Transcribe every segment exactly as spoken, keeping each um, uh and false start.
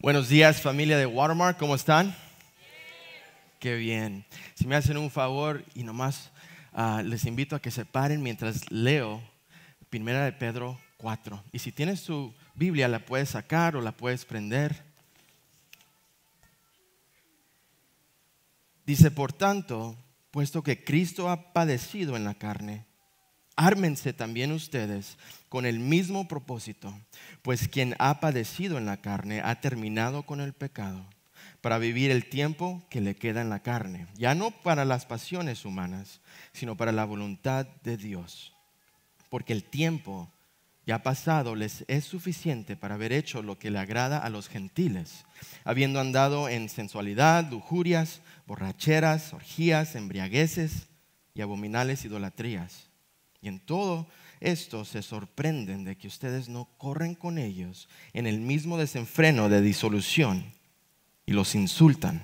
Buenos días, familia de Watermark, ¿cómo están? Qué bien. Si me hacen un favor y nomás uh, les invito a que se paren mientras leo Primera de Pedro cuatro. Y si tienes tu Biblia, la puedes sacar o la puedes prender. Dice, por tanto, puesto que Cristo ha padecido en la carne, ármense también ustedes con el mismo propósito, pues quien ha padecido en la carne ha terminado con el pecado, para vivir el tiempo que le queda en la carne, ya no para las pasiones humanas, sino para la voluntad de Dios. Porque el tiempo ya pasado les es suficiente para haber hecho lo que le agrada a los gentiles, habiendo andado en sensualidad, lujurias, borracheras, orgías, embriagueces y abominables idolatrías. Y en todo esto se sorprenden de que ustedes no corren con ellos en el mismo desenfreno de disolución y los insultan.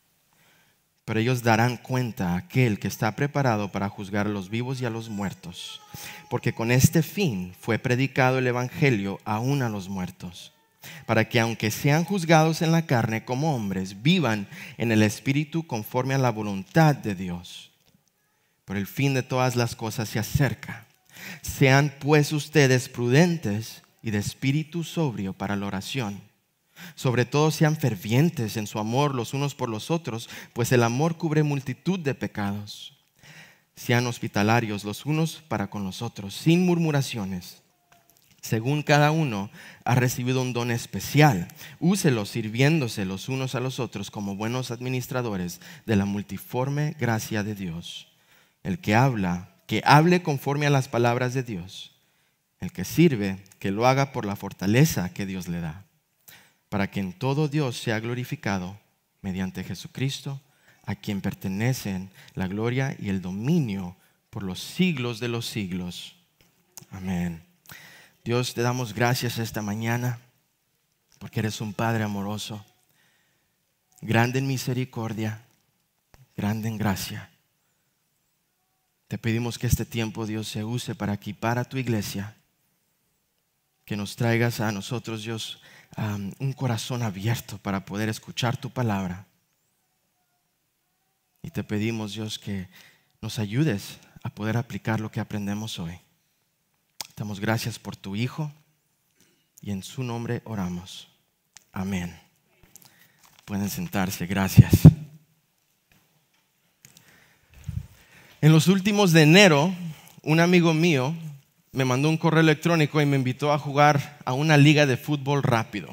Pero ellos darán cuenta a aquel que está preparado para juzgar a los vivos y a los muertos, porque con este fin fue predicado el evangelio aún a los muertos, para que aunque sean juzgados en la carne como hombres, vivan en el espíritu conforme a la voluntad de Dios. Pero el fin de todas las cosas se acerca. Sean pues ustedes prudentes y de espíritu sobrio para la oración. Sobre todo sean fervientes en su amor los unos por los otros, pues el amor cubre multitud de pecados. Sean hospitalarios los unos para con los otros, sin murmuraciones. Según cada uno ha recibido un don especial, úselo sirviéndose los unos a los otros como buenos administradores de la multiforme gracia de Dios. El que habla, que hable conforme a las palabras de Dios. El que sirve, que lo haga por la fortaleza que Dios le da, para que en todo Dios sea glorificado mediante Jesucristo, a quien pertenecen la gloria y el dominio por los siglos de los siglos. Amén. Dios, te damos gracias esta mañana porque eres un Padre amoroso, grande en misericordia, grande en gracia. Te pedimos que este tiempo, Dios, se use para equipar a tu iglesia, que nos traigas a nosotros, Dios, um, un corazón abierto para poder escuchar tu palabra. Y te pedimos, Dios, que nos ayudes a poder aplicar lo que aprendemos hoy. Te damos gracias por tu Hijo y en su nombre oramos. Amén. Pueden sentarse, gracias. En los últimos de enero, un amigo mío me mandó un correo electrónico y me invitó a jugar a una liga de fútbol rápido.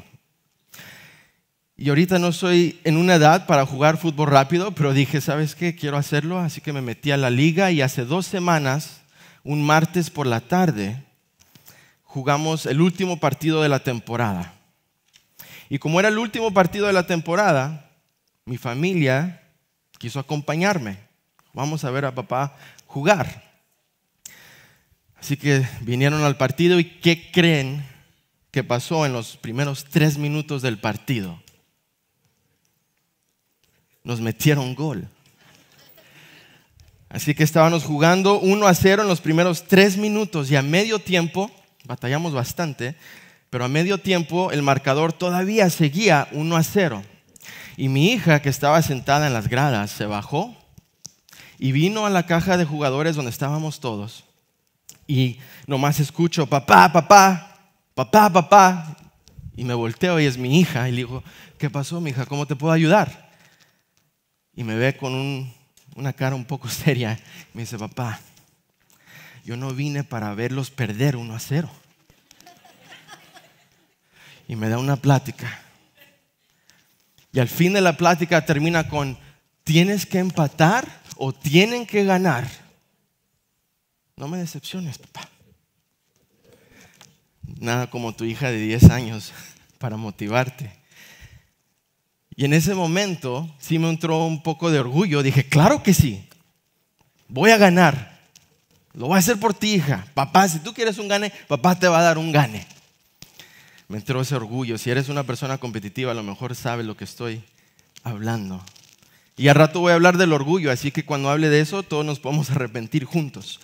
Y ahorita no estoy en una edad para jugar fútbol rápido, pero dije, ¿sabes qué? Quiero hacerlo, así que me metí a la liga y hace dos semanas, un martes por la tarde, jugamos el último partido de la temporada. Y como era el último partido de la temporada, mi familia quiso acompañarme. Vamos a ver a papá jugar. Así que vinieron al partido y ¿qué creen que pasó en los primeros tres minutos del partido? Nos metieron gol. Así que estábamos jugando uno a cero en los primeros tres minutos y a medio tiempo, batallamos bastante, pero a medio tiempo el marcador todavía seguía uno a cero. Y mi hija, que estaba sentada en las gradas, se bajó y vino a la caja de jugadores donde estábamos todos. Y nomás escucho, papá, papá, papá, papá. Y me volteo y es mi hija. Y le digo, ¿qué pasó, mi hija? ¿Cómo te puedo ayudar? Y me ve con un, una cara un poco seria. Me dice, papá, yo no vine para verlos perder uno a cero. Y me da una plática. Y al fin de la plática termina con, ¿tienes que empatar o tienen que ganar? No me decepciones, papá. Nada como tu hija de diez años para motivarte. Y en ese momento sí me entró un poco de orgullo. Dije, claro que sí, voy a ganar. Lo voy a hacer por ti, hija. Papá, si tú quieres un gane, papá te va a dar un gane. Me entró ese orgullo. Si eres una persona competitiva, a lo mejor sabes lo que estoy hablando. Y al rato voy a hablar del orgullo, así que cuando hable de eso, todos nos podemos arrepentir juntos.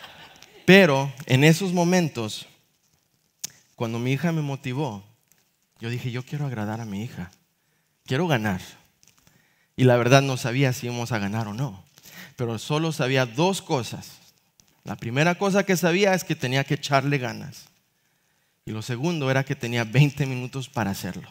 Pero en esos momentos, cuando mi hija me motivó, Yo dije, yo quiero agradar a mi hija, quiero ganar. Y la verdad no sabía si íbamos a ganar o no, pero solo sabía dos cosas. La primera cosa que sabía es que tenía que echarle ganas. Y lo segundo era que tenía veinte minutos para hacerlo.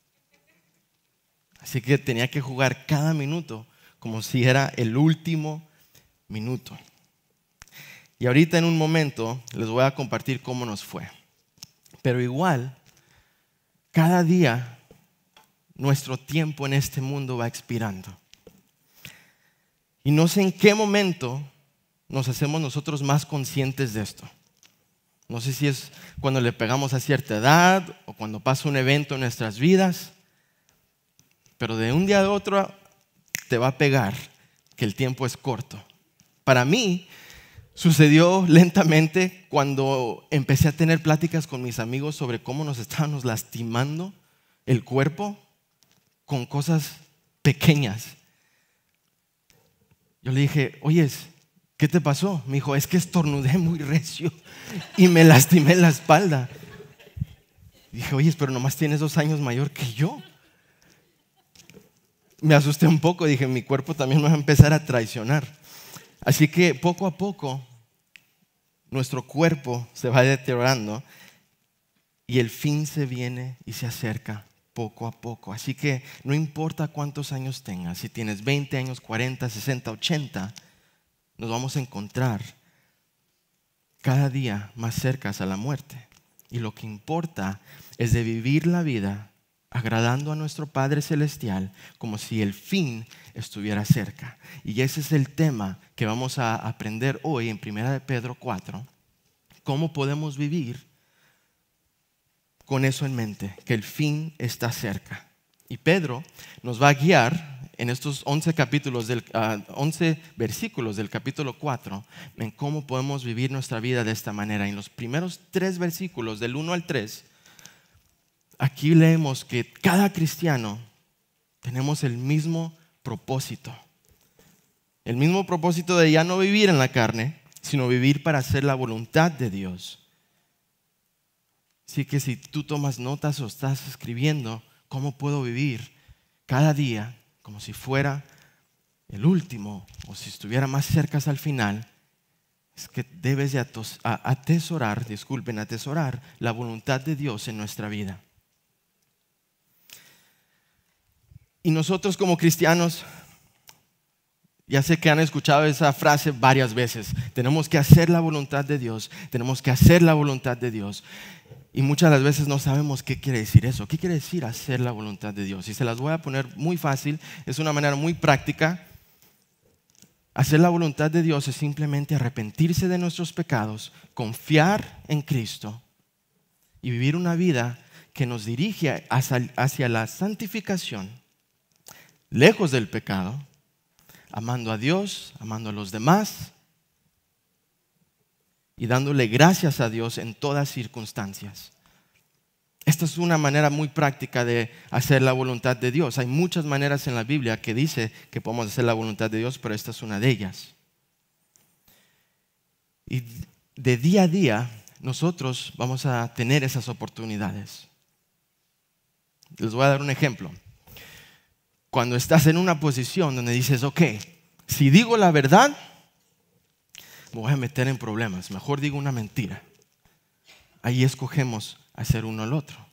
Así que tenía que jugar cada minuto como si era el último minuto. Y ahorita en un momento les voy a compartir cómo nos fue. Pero igual, cada día nuestro tiempo en este mundo va expirando. Y no sé en qué momento nos hacemos nosotros más conscientes de esto. No sé si es cuando le pegamos a cierta edad o cuando pasa un evento en nuestras vidas. Pero de un día a otro te va a pegar que el tiempo es corto. Para mí sucedió lentamente cuando empecé a tener pláticas con mis amigos sobre cómo nos estábamos lastimando el cuerpo con cosas pequeñas. Yo le dije, oye, ¿qué te pasó? Me dijo, es que estornudé muy recio y me lastimé la espalda. Dije, oye, pero nomás tienes dos años mayor que yo. Me asusté un poco, dije, mi cuerpo también me va a empezar a traicionar. Así que poco a poco nuestro cuerpo se va deteriorando y el fin se viene y se acerca poco a poco. Así que no importa cuántos años tengas, si tienes veinte años, cuarenta, sesenta, ochenta, nos vamos a encontrar cada día más cercas a la muerte. Y lo que importa es de vivir la vida agradando a nuestro Padre Celestial como si el fin estuviera cerca. Y ese es el tema que vamos a aprender hoy en primera de Pedro cuatro. ¿Cómo podemos vivir con eso en mente? Que el fin está cerca. Y Pedro nos va a guiar en estos once capítulos del, uh, once versículos del capítulo cuatro en cómo podemos vivir nuestra vida de esta manera. En los primeros tres versículos, del uno al tres, aquí leemos que cada cristiano tenemos el mismo propósito. El mismo propósito de ya no vivir en la carne, sino vivir para hacer la voluntad de Dios. Así que si tú tomas notas o estás escribiendo, ¿cómo puedo vivir cada día como si fuera el último o si estuviera más cerca al final? Es que debes de atesorar, disculpen, atesorar la voluntad de Dios en nuestra vida. Y nosotros como cristianos, ya sé que han escuchado esa frase varias veces, tenemos que hacer la voluntad de Dios, tenemos que hacer la voluntad de Dios. Y muchas de las veces no sabemos qué quiere decir eso, qué quiere decir hacer la voluntad de Dios. Y se las voy a poner muy fácil, es una manera muy práctica. Hacer la voluntad de Dios es simplemente arrepentirse de nuestros pecados, confiar en Cristo y vivir una vida que nos dirige hacia, hacia la santificación, lejos del pecado, amando a Dios, amando a los demás y dándole gracias a Dios en todas circunstancias. Esta es una manera muy práctica de hacer la voluntad de Dios. Hay muchas maneras en la Biblia que dice que podemos hacer la voluntad de Dios, pero esta es una de ellas. Y de día a día nosotros vamos a tener esas oportunidades. Les voy a dar un ejemplo. Cuando estás en una posición donde dices, ok, si digo la verdad, me voy a meter en problemas, mejor digo una mentira. Ahí escogemos hacer uno al otro.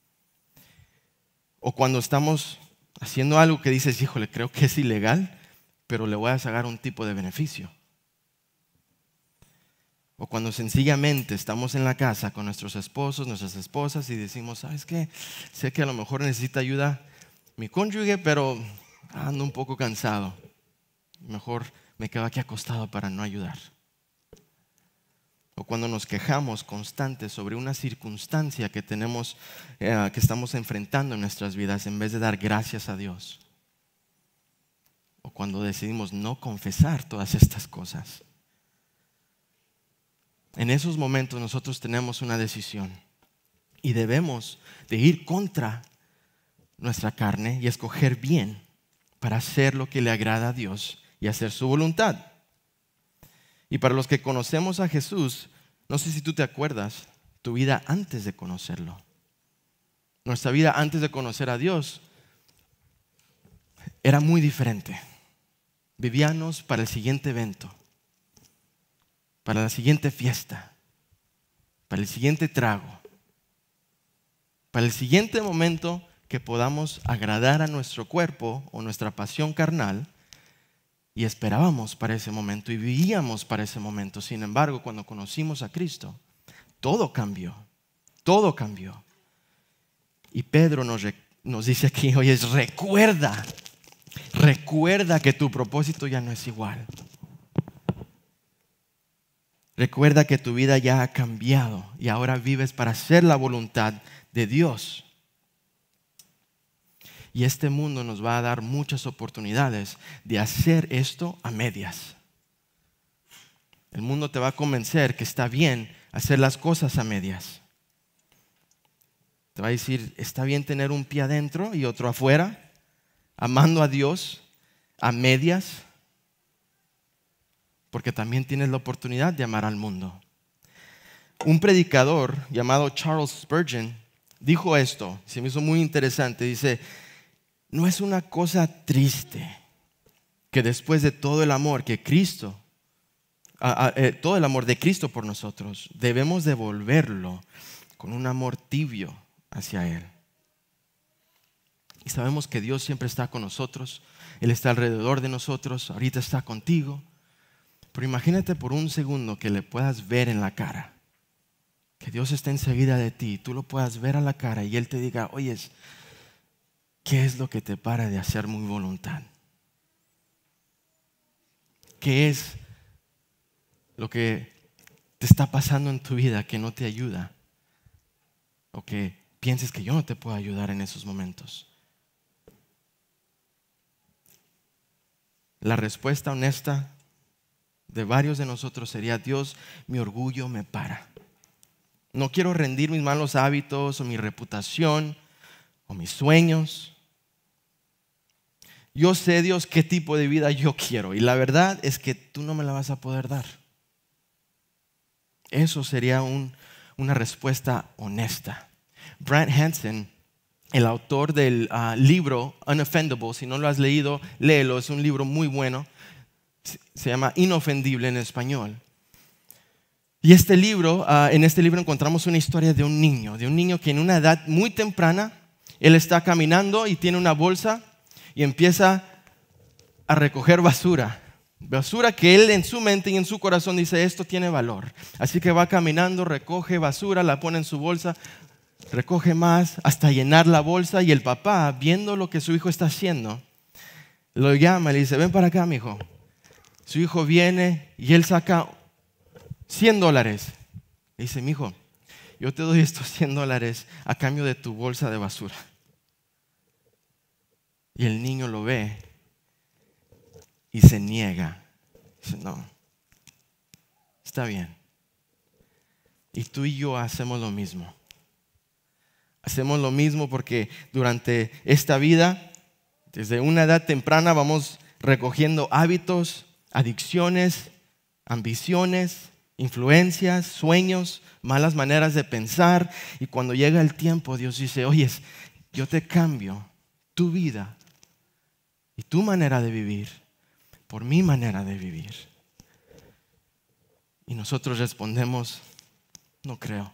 O cuando estamos haciendo algo que dices, híjole, creo que es ilegal, pero le voy a sacar un tipo de beneficio. O cuando sencillamente estamos en la casa con nuestros esposos, nuestras esposas y decimos, ¿sabes qué? Sé que a lo mejor necesita ayuda mi cónyuge, pero ando un poco cansado. Mejor me quedo aquí acostado para no ayudar. O cuando nos quejamos constantes sobre una circunstancia que tenemos, eh, que estamos enfrentando en nuestras vidas, en vez de dar gracias a Dios. O cuando decidimos no confesar todas estas cosas. En esos momentos nosotros tenemos una decisión y debemos de ir contra nuestra carne y escoger bien para hacer lo que le agrada a Dios y hacer su voluntad. Y para los que conocemos a Jesús, no sé si tú te acuerdas tu vida antes de conocerlo. Nuestra vida antes de conocer a Dios era muy diferente. Vivíamos para el siguiente evento, para la siguiente fiesta, para el siguiente trago, para el siguiente momento que podamos agradar a nuestro cuerpo o nuestra pasión carnal, y esperábamos para ese momento y vivíamos para ese momento. Sin embargo, cuando conocimos a Cristo, todo cambió, todo cambió. Y Pedro nos, nos dice aquí, oye, recuerda, recuerda que tu propósito ya no es igual. Recuerda que tu vida ya ha cambiado y ahora vives para hacer la voluntad de Dios. Y este mundo nos va a dar muchas oportunidades de hacer esto a medias. El mundo te va a convencer que está bien hacer las cosas a medias. Te va a decir, está bien tener un pie adentro y otro afuera, amando a Dios a medias, porque también tienes la oportunidad de amar al mundo. Un predicador llamado Charles Spurgeon dijo esto, se me hizo muy interesante. Dice, no es una cosa triste que después de todo el amor que Cristo, a, a, eh, todo el amor de Cristo por nosotros, debemos devolverlo con un amor tibio hacia Él. Y sabemos que Dios siempre está con nosotros. Él está alrededor de nosotros. Ahorita está contigo. Pero imagínate por un segundo que le puedas ver en la cara. Que Dios esté enseguida de ti. Tú lo puedas ver a la cara y Él te diga, oye, ¿qué es lo que te para de hacer mi voluntad? ¿Qué es lo que te está pasando en tu vida que no te ayuda? O que pienses que yo no te puedo ayudar en esos momentos. La respuesta honesta de varios de nosotros sería, Dios, mi orgullo me para. No quiero rendir mis malos hábitos o mi reputación o mis sueños. Yo sé, Dios, qué tipo de vida yo quiero y la verdad es que tú no me la vas a poder dar. Eso sería un, una respuesta honesta. Brant Hansen, el autor del uh, libro Unoffendable, si no lo has leído, léelo, es un libro muy bueno. Se llama Inofendible en español. Y este libro, uh, en este libro encontramos una historia de un niño, de un niño que en una edad muy temprana, él está caminando y tiene una bolsa y empieza a recoger basura. Basura que él en su mente y en su corazón dice, esto tiene valor. Así que va caminando, recoge basura, la pone en su bolsa, recoge más hasta llenar la bolsa, y el papá, viendo lo que su hijo está haciendo, lo llama y le dice, ven para acá, mijo. Su hijo viene y él saca cien dólares. Le dice, mijo, yo te doy estos cien dólares a cambio de tu bolsa de basura. Y el niño lo ve y se niega. Dice, no, está bien. Y tú y yo hacemos lo mismo. Hacemos lo mismo porque durante esta vida, desde una edad temprana, vamos recogiendo hábitos, adicciones, ambiciones, influencias, sueños, malas maneras de pensar. Y cuando llega el tiempo, Dios dice, oye, yo te cambio tu vida y tu manera de vivir por mi manera de vivir. Y nosotros respondemos, no creo.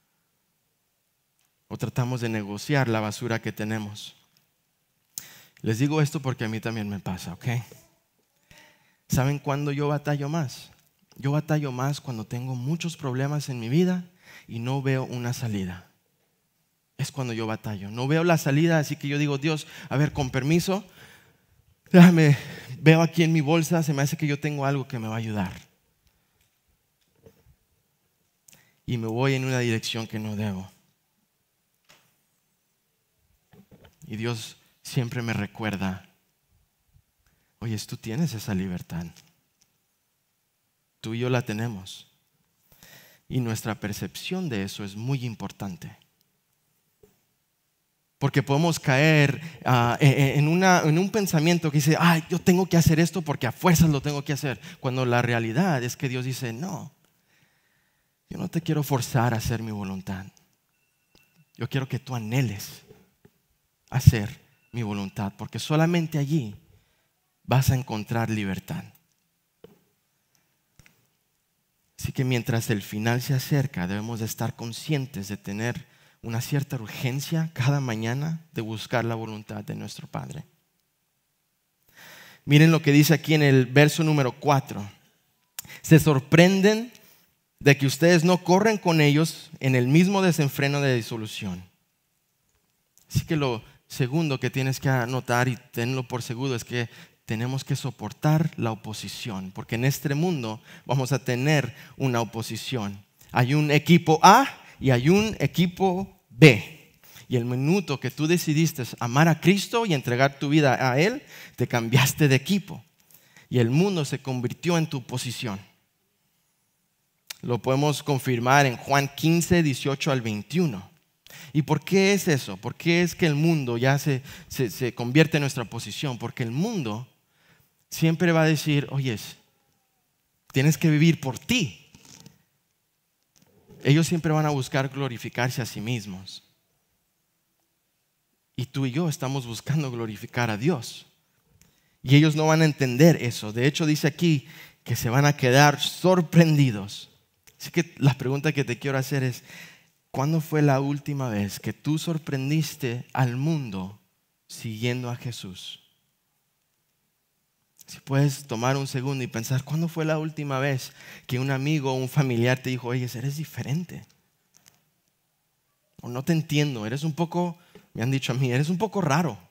O tratamos de negociar la basura que tenemos. Les digo esto porque a mí también me pasa, ¿ok? ¿Saben cuándo yo batallo más? Yo batallo más cuando tengo muchos problemas en mi vida y no veo una salida. Es cuando yo batallo. No veo la salida, así que yo digo, Dios, a ver, con permiso, déjame, veo aquí en mi bolsa, se me hace que yo tengo algo que me va a ayudar. Y me voy en una dirección que no debo. Y Dios siempre me recuerda, oye, tú tienes esa libertad. Tú y yo la tenemos. Y nuestra percepción de eso es muy importante. Porque podemos caer uh, en, una, en un pensamiento que dice, ay, yo tengo que hacer esto porque a fuerzas lo tengo que hacer. Cuando la realidad es que Dios dice, no, yo no te quiero forzar a hacer mi voluntad. Yo quiero que tú anheles hacer mi voluntad, porque solamente allí vas a encontrar libertad. Así que mientras el final se acerca, debemos de estar conscientes de tener una cierta urgencia cada mañana de buscar la voluntad de nuestro Padre. Miren lo que dice aquí en el verso número cuatro. Se sorprenden de que ustedes no corren con ellos en el mismo desenfreno de disolución. Así que lo segundo que tienes que anotar y tenlo por seguro es que tenemos que soportar la oposición, porque en este mundo vamos a tener una oposición. Hay un equipo A y hay un equipo B. Y el minuto que tú decidiste amar a Cristo y entregar tu vida a Él, te cambiaste de equipo. Y el mundo se convirtió en tu posición. Lo podemos confirmar en Juan quince, dieciocho al veintiuno. ¿Y por qué es eso? ¿Por qué es que el mundo ya se, se, se convierte en nuestra posición? Porque el mundo siempre va a decir, oyes, tienes que vivir por ti. Ellos siempre van a buscar glorificarse a sí mismos. Y tú y yo estamos buscando glorificar a Dios. Y ellos no van a entender eso. De hecho, dice aquí que se van a quedar sorprendidos. Así que la pregunta que te quiero hacer es, ¿cuándo fue la última vez que tú sorprendiste al mundo siguiendo a Jesús? Si puedes tomar un segundo y pensar, ¿cuándo fue la última vez que un amigo o un familiar te dijo, oye, eres diferente? O no te entiendo, eres un poco, me han dicho a mí, eres un poco raro.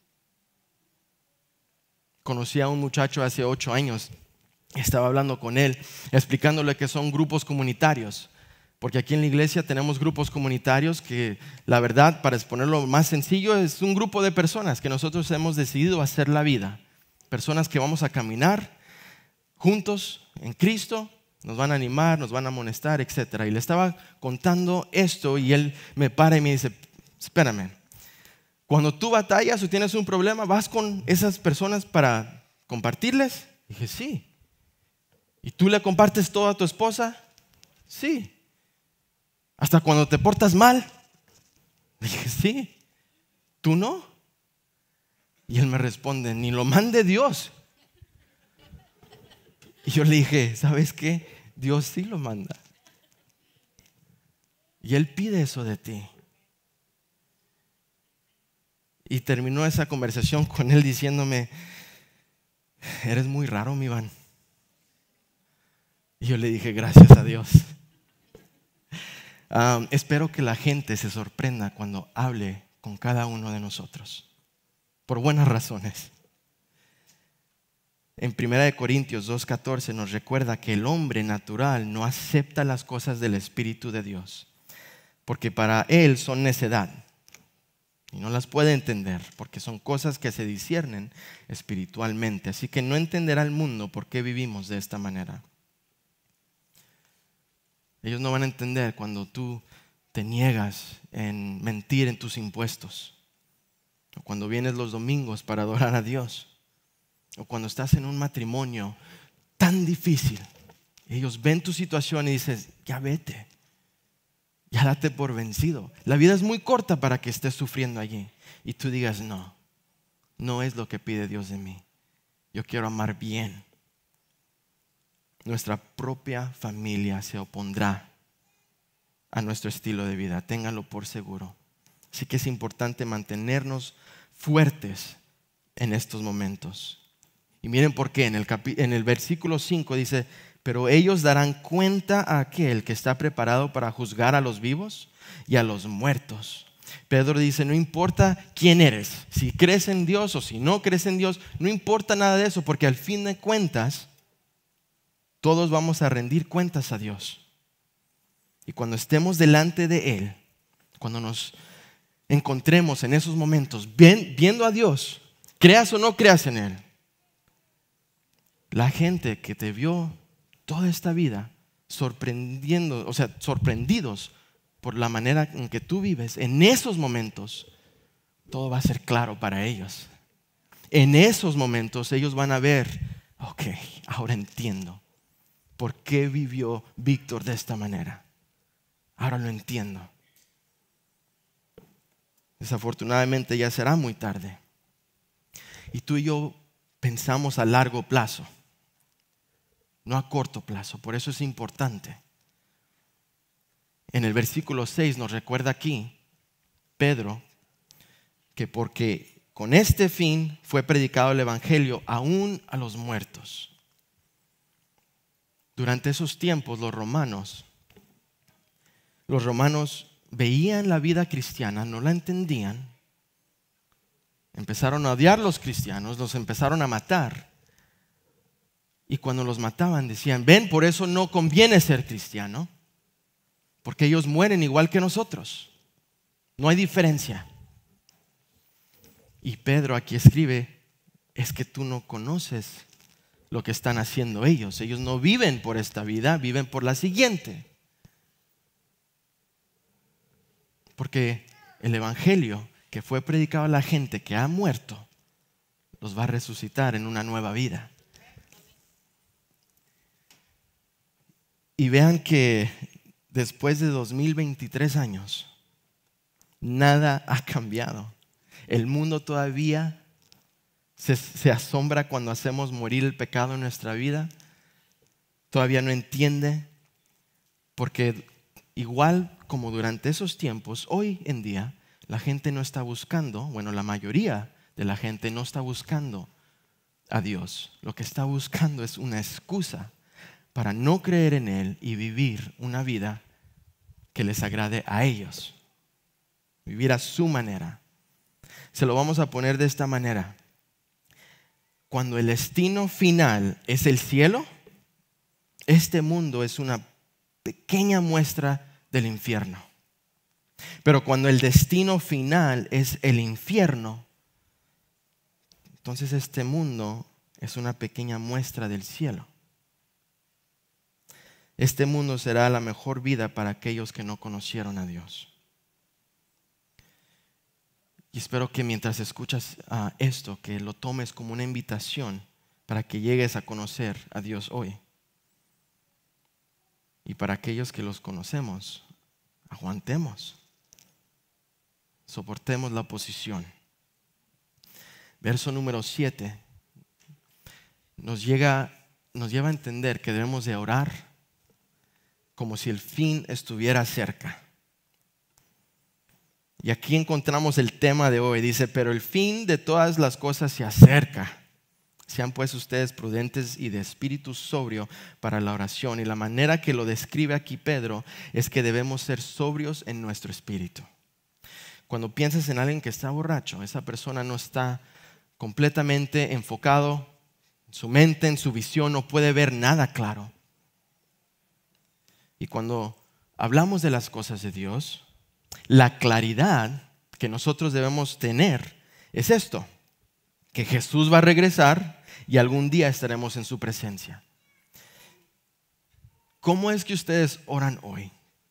Conocí a un muchacho hace ocho años, estaba hablando con él, explicándole que son grupos comunitarios. Porque aquí en la iglesia tenemos grupos comunitarios que, la verdad, para exponerlo más sencillo, es un grupo de personas que nosotros hemos decidido hacer la vida. Personas que vamos a caminar juntos en Cristo, nos van a animar, nos van a amonestar, etcétera. Y le estaba contando esto y él me para y me dice, espérame, cuando tú batallas o tienes un problema, ¿vas con esas personas para compartirles? Dije, sí. ¿Y tú le compartes todo a tu esposa? Sí. ¿Hasta cuando te portas mal? Dije, sí. ¿Tú no? Y él me responde, ni lo mande Dios. Y yo le dije, ¿sabes qué? Dios sí lo manda. Y Él pide eso de ti. Y terminó esa conversación con él diciéndome, eres muy raro, mi Iván. Y yo le dije, gracias a Dios. Um, espero que la gente se sorprenda cuando hable con cada uno de nosotros. Por buenas razones. En primera de Corintios dos catorce nos recuerda que el hombre natural no acepta las cosas del Espíritu de Dios, porque para él son necedad y no las puede entender, porque son cosas que se disciernen espiritualmente. Así que no entenderá el mundo por qué vivimos de esta manera. Ellos no van a entender cuando tú te niegas en mentir en tus impuestos, o cuando vienes los domingos para adorar a Dios, o cuando estás en un matrimonio tan difícil. Ellos ven tu situación y dices, ya vete, ya date por vencido. La vida es muy corta para que estés sufriendo allí. Y tú digas, no, no es lo que pide Dios de mí. Yo quiero amar bien. Nuestra propia familia se opondrá a nuestro estilo de vida, ténganlo por seguro. Así que es importante mantenernos fuertes en estos momentos. Y miren por qué, en el, capi- en el versículo cinco dice, pero ellos darán cuenta a aquel que está preparado para juzgar a los vivos y a los muertos. Pedro dice, no importa quién eres, si crees en Dios o si no crees en Dios, no importa nada de eso, porque al fin de cuentas, todos vamos a rendir cuentas a Dios. Y cuando estemos delante de Él, cuando nos encontremos en esos momentos viendo a Dios, creas o no creas en Él, la gente que te vio toda esta vida sorprendiendo, o sea, sorprendidos por la manera en que tú vives, en esos momentos todo va a ser claro para ellos. En esos momentos ellos van a ver, ok, ahora entiendo por qué vivió Víctor de esta manera. Ahora lo entiendo. Desafortunadamente ya será muy tarde. Y tú y yo pensamos a largo plazo, no a corto plazo. Por eso es importante. En el versículo seis nos recuerda aquí Pedro que porque con este fin fue predicado el evangelio aún a los muertos. Durante esos tiempos los romanos, los romanos veían la vida cristiana, no la entendían, empezaron a odiar a los cristianos, los empezaron a matar. Y cuando los mataban decían, ven, por eso no conviene ser cristiano, porque ellos mueren igual que nosotros. No hay diferencia. Y Pedro aquí escribe, es que tú no conoces lo que están haciendo ellos. Ellos no viven por esta vida, viven por la siguiente. Porque el evangelio que fue predicado a la gente que ha muerto, los va a resucitar en una nueva vida. Y vean que después de dos mil veintitrés años, nada ha cambiado. El mundo todavía se, se asombra cuando hacemos morir el pecado en nuestra vida. Todavía no entiende, porque igual como durante esos tiempos, hoy en día la gente no está buscando, bueno, la mayoría de la gente no está buscando a Dios. Lo que está buscando es una excusa para no creer en Él y vivir una vida que les agrade a ellos. Vivir a su manera. Se lo vamos a poner de esta manera. Cuando el destino final es el cielo, este mundo es una pequeña muestra del infierno. Pero cuando el destino final es el infierno, entonces este mundo es una pequeña muestra del cielo. Este mundo será la mejor vida para aquellos que no conocieron a Dios. Y espero que mientras escuchas uh, esto, que lo tomes como una invitación para que llegues a conocer a Dios hoy. Y para aquellos que los conocemos, aguantemos, soportemos la oposición. Verso número siete nos, llega, nos lleva a entender que debemos de orar como si el fin estuviera cerca. Y aquí encontramos el tema de hoy. Dice, pero el fin de todas las cosas se acerca. Sean pues ustedes prudentes y de espíritu sobrio para la oración. Y la manera que lo describe aquí Pedro es que debemos ser sobrios en nuestro espíritu. Cuando piensas en alguien que está borracho, esa persona no está completamente enfocado en su mente, en su visión, no puede ver nada claro. Y cuando hablamos de las cosas de Dios, la claridad que nosotros debemos tener es esto, que Jesús va a regresar y algún día estaremos en su presencia. ¿Cómo es que ustedes oran hoy?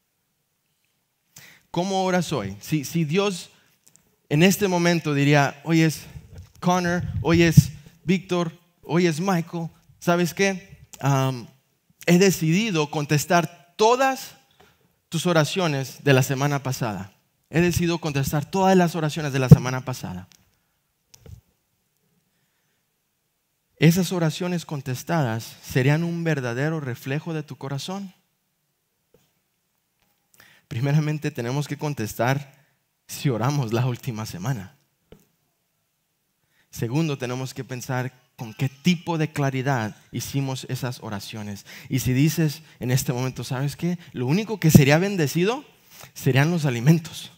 ¿Cómo oras hoy? Si, si Dios en este momento diría, hoy es Connor, hoy es Víctor, hoy es Michael, ¿sabes qué? Um, he decidido contestar todas tus oraciones de la semana pasada. He decidido contestar todas las oraciones de la semana pasada. Esas oraciones contestadas serían un verdadero reflejo de tu corazón. Primeramente tenemos que contestar si oramos la última semana. Segundo, tenemos que pensar con qué tipo de claridad hicimos esas oraciones. Y si dices en este momento, ¿sabes qué? Lo único que sería bendecido serían los alimentos.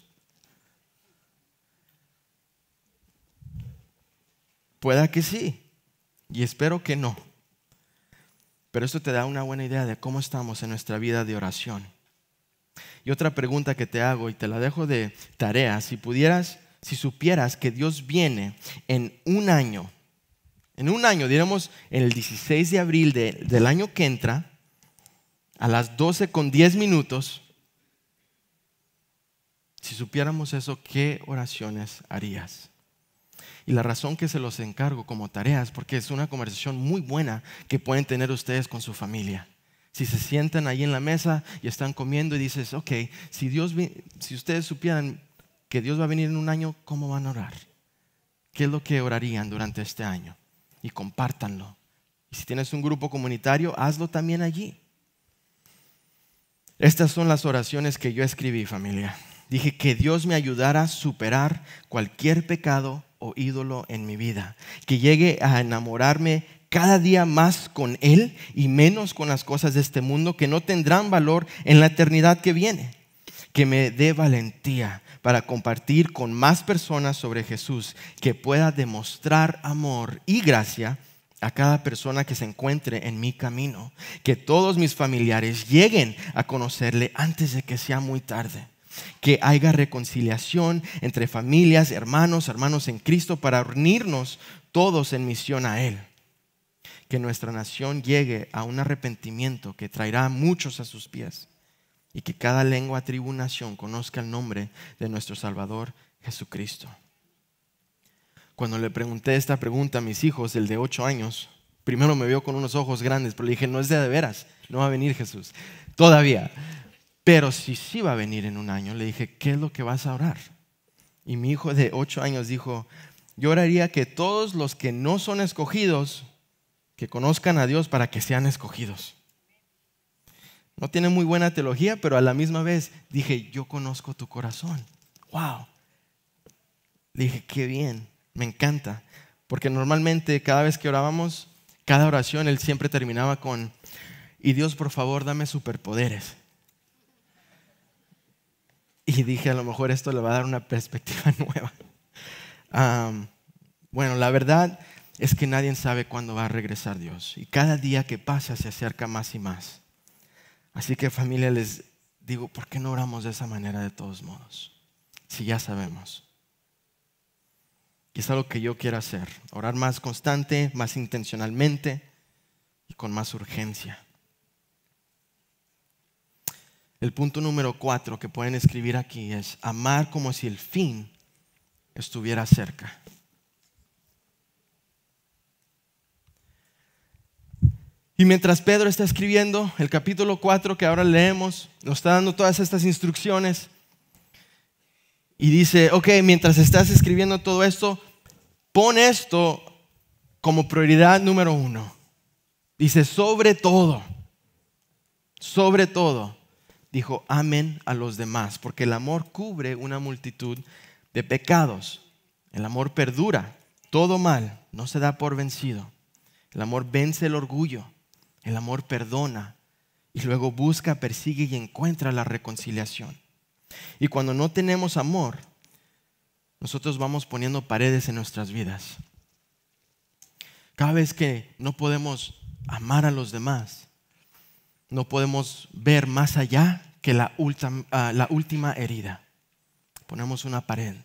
Pueda que sí, y espero que no. Pero esto te da una buena idea de cómo estamos en nuestra vida de oración. Y otra pregunta que te hago, y te la dejo de tarea, si pudieras, si supieras que Dios viene en un año, en un año, diremos en el dieciséis de abril de, del año que entra, a las doce con diez minutos, si supiéramos eso, ¿qué oraciones harías? Y la razón que se los encargo como tareas, porque es una conversación muy buena que pueden tener ustedes con su familia. Si se sientan ahí en la mesa y están comiendo y dices, ok, si Dios, si ustedes supieran que Dios va a venir en un año, ¿cómo van a orar? ¿Qué es lo que orarían durante este año? Y compártanlo. Y si tienes un grupo comunitario, hazlo también allí. Estas son las oraciones que yo escribí, familia. Dije que Dios me ayudara a superar cualquier pecado o ídolo en mi vida. Que llegue a enamorarme cada día más con Él y menos con las cosas de este mundo que no tendrán valor en la eternidad que viene. Que me dé valentía para compartir con más personas sobre Jesús, que pueda demostrar amor y gracia a cada persona que se encuentre en mi camino. Que todos mis familiares lleguen a conocerle antes de que sea muy tarde. Que haya reconciliación entre familias, hermanos, hermanos en Cristo, para unirnos todos en misión a Él. Que nuestra nación llegue a un arrepentimiento que traerá a muchos a sus pies. Y que cada lengua, tribu, nación conozca el nombre de nuestro Salvador Jesucristo. Cuando le pregunté esta pregunta a mis hijos, el de ocho años, primero me vio con unos ojos grandes, pero le dije, no es de, de veras, no va a venir Jesús, todavía. Pero si sí va a venir en un año, le dije, ¿qué es lo que vas a orar? Y mi hijo de ocho años dijo, yo oraría que todos los que no son escogidos, que conozcan a Dios para que sean escogidos. No tiene muy buena teología, pero a la misma vez dije, yo conozco tu corazón. Wow. Le dije, qué bien, me encanta. Porque normalmente cada vez que orábamos, cada oración él siempre terminaba con, y Dios, por favor, dame superpoderes. Y dije, a lo mejor esto le va a dar una perspectiva nueva. Um, bueno, la verdad es que nadie sabe cuándo va a regresar Dios. Y cada día que pasa se acerca más y más. Así que, familia, les digo, ¿por qué no oramos de esa manera de todos modos? Si ya sabemos. Y es algo que yo quiero hacer. Orar más constante, más intencionalmente y con más urgencia. El punto número cuatro que pueden escribir aquí es amar como si el fin estuviera cerca. Y mientras Pedro está escribiendo el capítulo cuatro que ahora leemos, nos está dando todas estas instrucciones. Y dice, ok, mientras estás escribiendo todo esto, pon esto como prioridad número uno. Dice, sobre todo, sobre todo, dijo, amen a los demás, porque el amor cubre una multitud de pecados. El amor perdura, todo mal no se da por vencido. El amor vence el orgullo. El amor perdona y luego busca, persigue y encuentra la reconciliación. Y cuando no tenemos amor, nosotros vamos poniendo paredes en nuestras vidas. Cada vez que no podemos amar a los demás, no podemos ver más allá que la última, uh, la última herida. Ponemos una pared.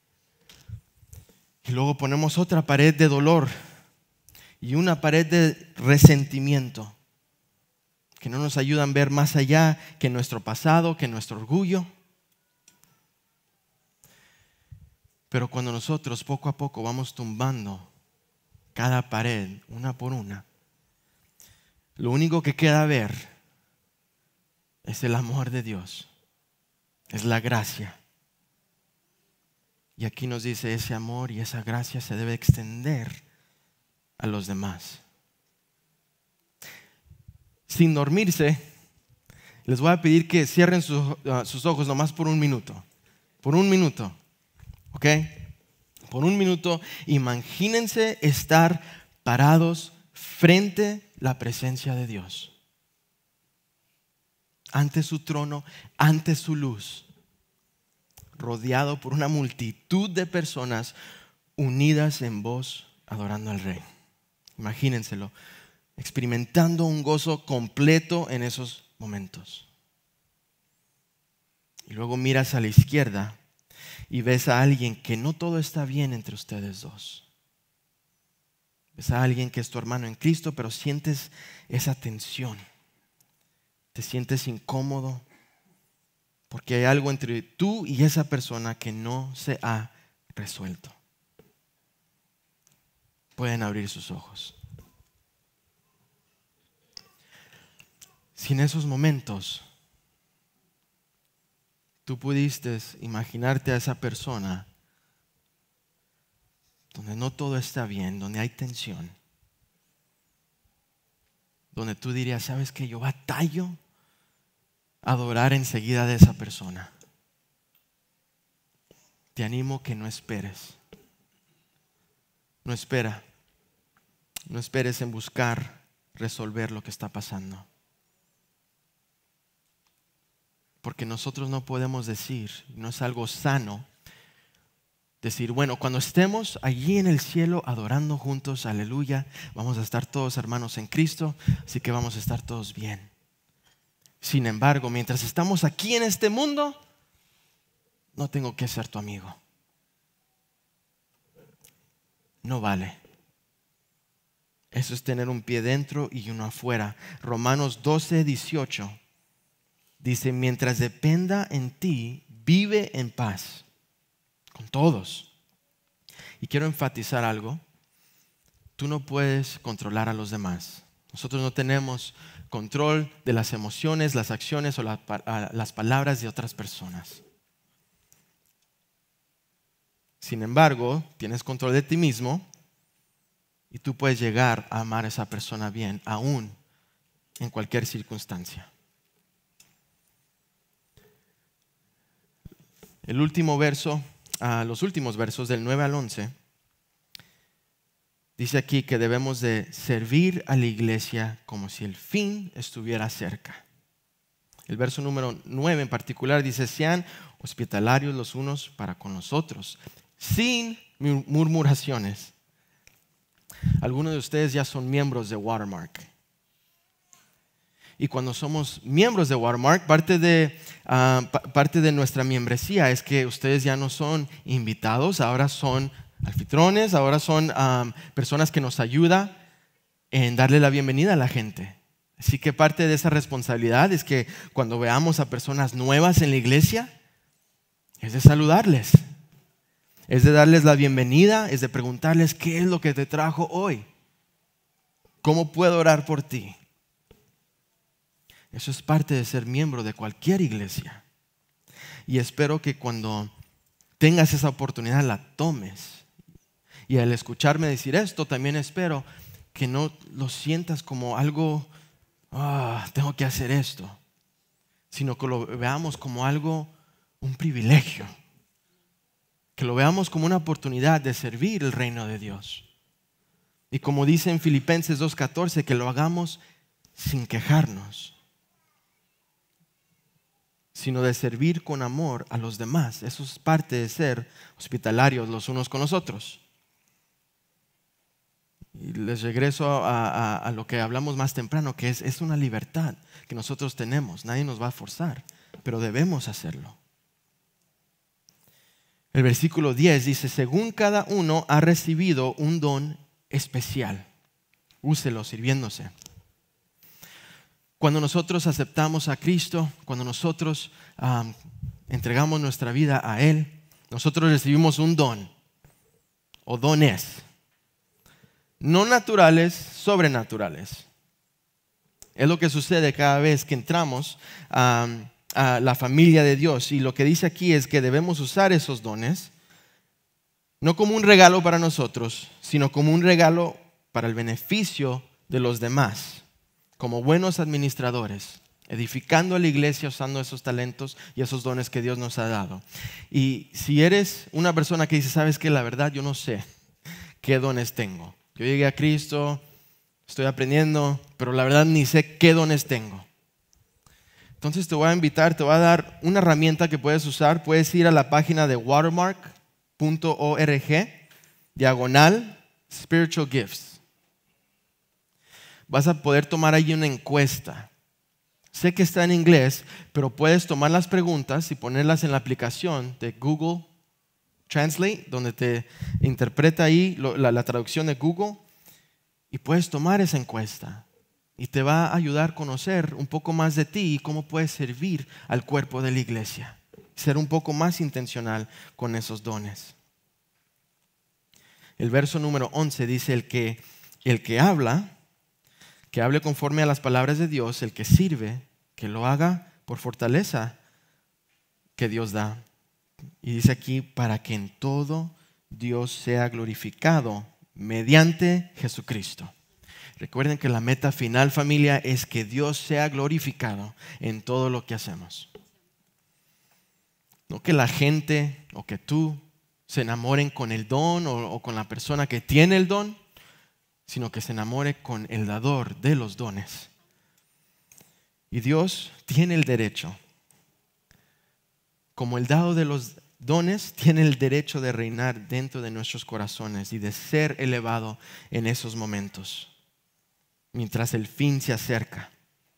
Y luego ponemos otra pared de dolor y una pared de resentimiento que no nos ayudan a ver más allá que nuestro pasado, que nuestro orgullo. Pero cuando nosotros poco a poco vamos tumbando cada pared, una por una, lo único que queda ver es el amor de Dios, es la gracia. Y aquí nos dice, ese amor y esa gracia se debe extender a los demás. Sin dormirse, les voy a pedir que cierren sus, uh, sus ojos nomás por un minuto. Por un minuto. ¿Ok? Por un minuto, imagínense estar parados frente a la presencia de Dios. Ante su trono, ante su luz. Rodeado por una multitud de personas unidas en voz, adorando al Rey. Imagínenselo. Experimentando un gozo completo en esos momentos. Y luego miras a la izquierda y ves a alguien que no todo está bien entre ustedes dos. Ves a alguien que es tu hermano en Cristo, pero sientes esa tensión. Te sientes incómodo porque hay algo entre tú y esa persona que no se ha resuelto. Pueden abrir sus ojos. Si en esos momentos tú pudiste imaginarte a esa persona donde no todo está bien, donde hay tensión, donde tú dirías, ¿sabes qué? Yo batallo a adorar enseguida de esa persona. Te animo que no esperes. No espera. No esperes en buscar resolver lo que está pasando. Porque nosotros no podemos decir, no es algo sano, decir, bueno, cuando estemos allí en el cielo adorando juntos, aleluya, vamos a estar todos hermanos en Cristo, así que vamos a estar todos bien. Sin embargo, mientras estamos aquí en este mundo, no tengo que ser tu amigo. No vale. Eso es tener un pie dentro y uno afuera. Romanos doce, dieciocho dice, mientras dependa en ti, vive en paz con todos. Y quiero enfatizar algo. Tú no puedes controlar a los demás. Nosotros no tenemos control de las emociones, las acciones o la, las palabras de otras personas. Sin embargo, tienes control de ti mismo y tú puedes llegar a amar a esa persona bien, aún en cualquier circunstancia. El último verso, uh, los últimos versos del nueve al once, dice aquí que debemos de servir a la iglesia como si el fin estuviera cerca. El verso número nueve en particular dice, sean hospitalarios los unos para con los otros, sin murmuraciones. Algunos de ustedes ya son miembros de Watermark. Y cuando somos miembros de Watermark, parte de, uh, parte de nuestra membresía es que ustedes ya no son invitados, ahora son anfitriones, ahora son um, personas que nos ayudan en darle la bienvenida a la gente. Así que parte de esa responsabilidad es que cuando veamos a personas nuevas en la iglesia, es de saludarles, es de darles la bienvenida, es de preguntarles qué es lo que te trajo hoy, cómo puedo orar por ti. Eso es parte de ser miembro de cualquier iglesia. Y espero que cuando tengas esa oportunidad la tomes. Y al escucharme decir esto, también espero que no lo sientas como algo, ah, tengo que hacer esto, sino que lo veamos como algo, un privilegio. Que lo veamos como una oportunidad de servir el reino de Dios. Y como dice en Filipenses dos catorce, que lo hagamos sin quejarnos, sino de servir con amor a los demás. Eso es parte de ser hospitalarios los unos con los otros. Y les regreso a, a, a lo que hablamos más temprano, que es, es una libertad que nosotros tenemos. Nadie nos va a forzar, pero debemos hacerlo. El versículo diez dice, según cada uno ha recibido un don especial, úselo sirviéndose. Cuando nosotros aceptamos a Cristo, cuando nosotros um, entregamos nuestra vida a Él, nosotros recibimos un don o dones, no naturales, sobrenaturales. Es lo que sucede cada vez que entramos um, a la familia de Dios. Y lo que dice aquí es que debemos usar esos dones no como un regalo para nosotros, sino como un regalo para el beneficio de los demás. Como buenos administradores, edificando a la iglesia usando esos talentos y esos dones que Dios nos ha dado. Y si eres una persona que dice, ¿sabes qué? La verdad yo no sé qué dones tengo. Yo llegué a Cristo, estoy aprendiendo, pero la verdad ni sé qué dones tengo. Entonces te voy a invitar, te voy a dar una herramienta que puedes usar. Puedes ir a la página de watermark punto org, diagonal, spiritual gifts. Vas a poder tomar ahí una encuesta. Sé que está en inglés, pero puedes tomar las preguntas y ponerlas en la aplicación de Google Translate, donde te interpreta ahí la, la traducción de Google, y puedes tomar esa encuesta. Y te va a ayudar a conocer un poco más de ti y cómo puedes servir al cuerpo de la iglesia. Ser un poco más intencional con esos dones. El verso número once dice, el que, el que habla... que hable conforme a las palabras de Dios, el que sirve, que lo haga por fortaleza que Dios da. Y dice aquí, para que en todo Dios sea glorificado mediante Jesucristo. Recuerden que la meta final, familia, es que Dios sea glorificado en todo lo que hacemos. No que la gente o que tú se enamoren con el don o, o con la persona que tiene el don, sino que se enamore con el dador de los dones. Y Dios tiene el derecho, como el dador de los dones, tiene el derecho de reinar dentro de nuestros corazones y de ser elevado en esos momentos, mientras el fin se acerca.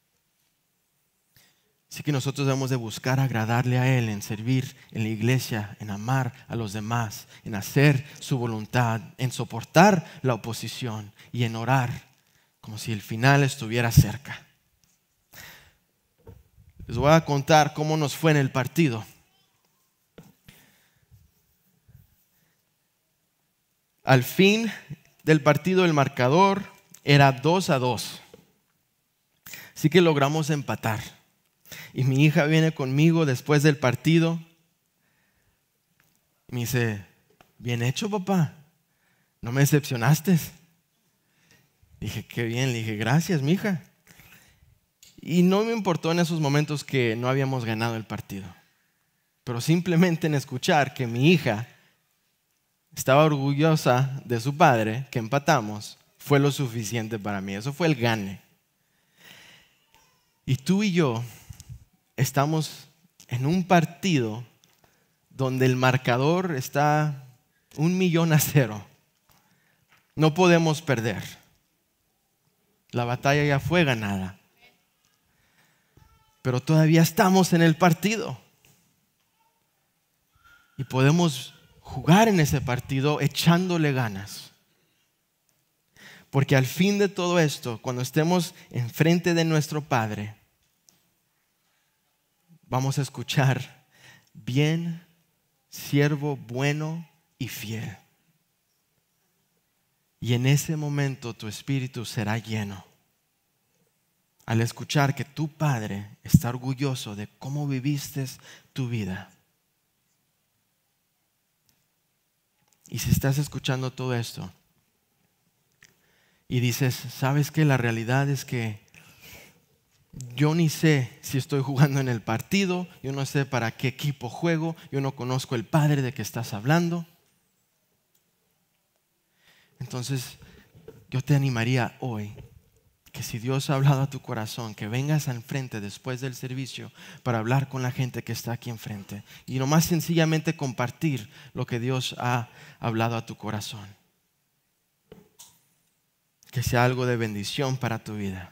Así que nosotros debemos de buscar agradarle a Él en servir en la iglesia, en amar a los demás, en hacer su voluntad, en soportar la oposición y en orar como si el final estuviera cerca. Les voy a contar cómo nos fue en el partido. Al fin del partido el marcador era dos a dos. Así que logramos empatar. Y mi hija viene conmigo después del partido. Me dice, bien hecho, papá. No me decepcionaste. Dije, qué bien. Le dije, gracias, mi hija. Y no me importó en esos momentos que no habíamos ganado el partido. Pero simplemente en escuchar que mi hija estaba orgullosa de su padre, que empatamos, fue lo suficiente para mí. Eso fue el gane. Y tú y yo estamos en un partido donde el marcador está un millón a cero. No podemos perder. La batalla ya fue ganada. Pero todavía estamos en el partido. Y podemos jugar en ese partido echándole ganas. Porque al fin de todo esto, cuando estemos enfrente de nuestro Padre, vamos a escuchar, bien, siervo bueno y fiel. Y en ese momento tu espíritu será lleno. Al escuchar que tu Padre está orgulloso de cómo viviste tu vida. Y si estás escuchando todo esto y dices, ¿sabes qué? La realidad es que yo ni sé si estoy jugando en el partido, yo no sé para qué equipo juego, yo no conozco el Padre de que estás hablando. Entonces, yo te animaría hoy que si Dios ha hablado a tu corazón, que vengas al frente después del servicio para hablar con la gente que está aquí enfrente y nomás sencillamente compartir lo que Dios ha hablado a tu corazón. Que sea algo de bendición para tu vida.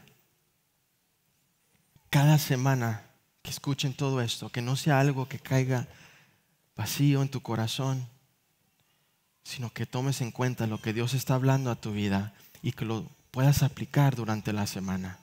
Cada semana que escuchen todo esto, que no sea algo que caiga vacío en tu corazón, sino que tomes en cuenta lo que Dios está hablando a tu vida y que lo puedas aplicar durante la semana.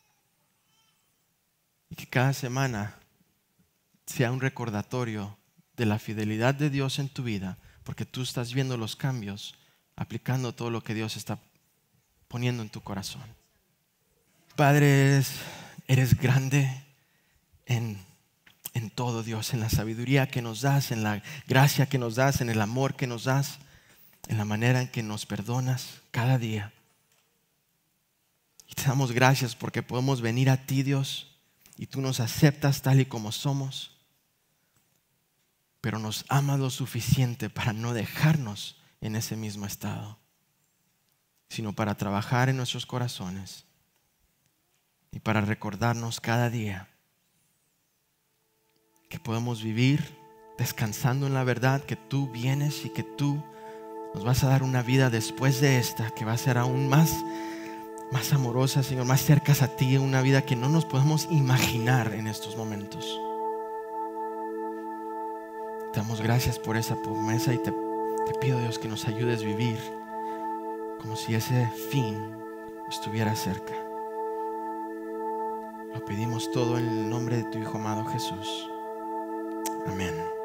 Y que cada semana sea un recordatorio de la fidelidad de Dios en tu vida, porque tú estás viendo los cambios, aplicando todo lo que Dios está poniendo en tu corazón. Padre, eres, eres grande en, en todo, Dios, en la sabiduría que nos das, en la gracia que nos das, en el amor que nos das, en la manera en que nos perdonas cada día. Y te damos gracias porque podemos venir a ti, Dios, y tú nos aceptas tal y como somos, pero nos amas lo suficiente para no dejarnos en ese mismo estado, sino para trabajar en nuestros corazones y para recordarnos cada día que podemos vivir descansando en la verdad, que tú vienes y que tú nos vas a dar una vida después de esta que va a ser aún más más amorosa, Señor, más cercas a ti, una vida que no nos podemos imaginar en estos momentos. Te damos gracias por esa promesa y te, te pido, Dios, que nos ayudes a vivir como si ese fin estuviera cerca. Lo pedimos todo en el nombre de tu Hijo amado Jesús. Amén.